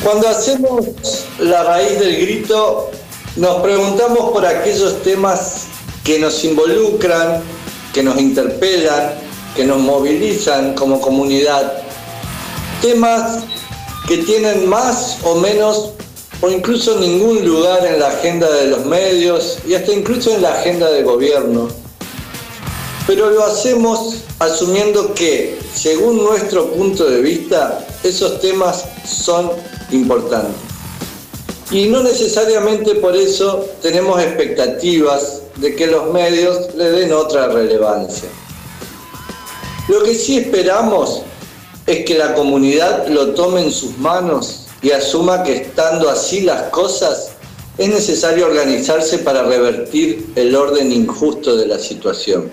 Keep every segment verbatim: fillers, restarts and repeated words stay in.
Cuando hacemos la raíz del grito, nos preguntamos por aquellos temas que nos involucran, que nos interpelan, que nos movilizan como comunidad. Temas que tienen más o menos o incluso ningún lugar en la agenda de los medios y hasta incluso en la agenda del gobierno. Pero lo hacemos asumiendo que, según nuestro punto de vista, esos temas son importantes. Y no necesariamente por eso tenemos expectativas de que los medios le den otra relevancia. Lo que sí esperamos es que la comunidad lo tome en sus manos y asuma que, estando así las cosas, es necesario organizarse para revertir el orden injusto de la situación.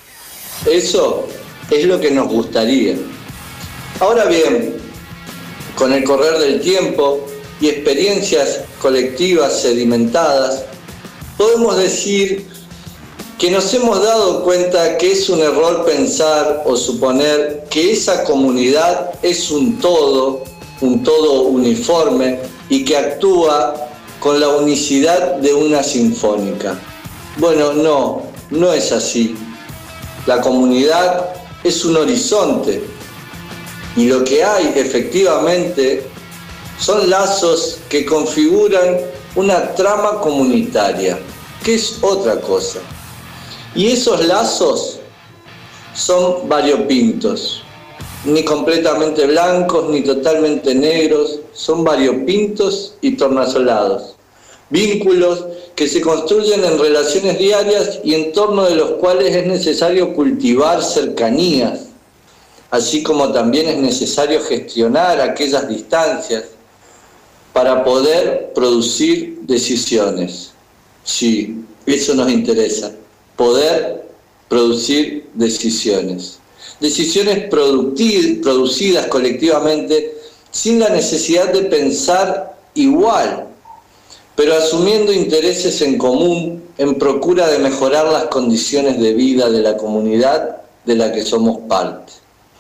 Eso es lo que nos gustaría. Ahora bien, con el correr del tiempo y experiencias colectivas sedimentadas, podemos decir que nos hemos dado cuenta que es un error pensar o suponer que esa comunidad es un todo, un todo uniforme y que actúa con la unicidad de una sinfónica. Bueno, no, no es así. La comunidad es un horizonte y lo que hay efectivamente son lazos que configuran una trama comunitaria, que es otra cosa. Y esos lazos son variopintos, ni completamente blancos ni totalmente negros, son variopintos y tornasolados. Vínculos que se construyen en relaciones diarias y en torno de los cuales es necesario cultivar cercanías, así como también es necesario gestionar aquellas distancias para poder producir decisiones. Sí, eso nos interesa, poder producir decisiones. Decisiones producidas colectivamente sin la necesidad de pensar igual, pero asumiendo intereses en común en procura de mejorar las condiciones de vida de la comunidad de la que somos parte.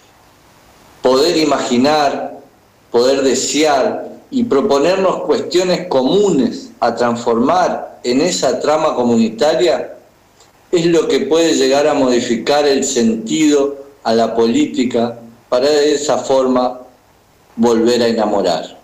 Poder imaginar, poder desear y proponernos cuestiones comunes a transformar en esa trama comunitaria es lo que puede llegar a modificar el sentido a la política para de esa forma volver a enamorar.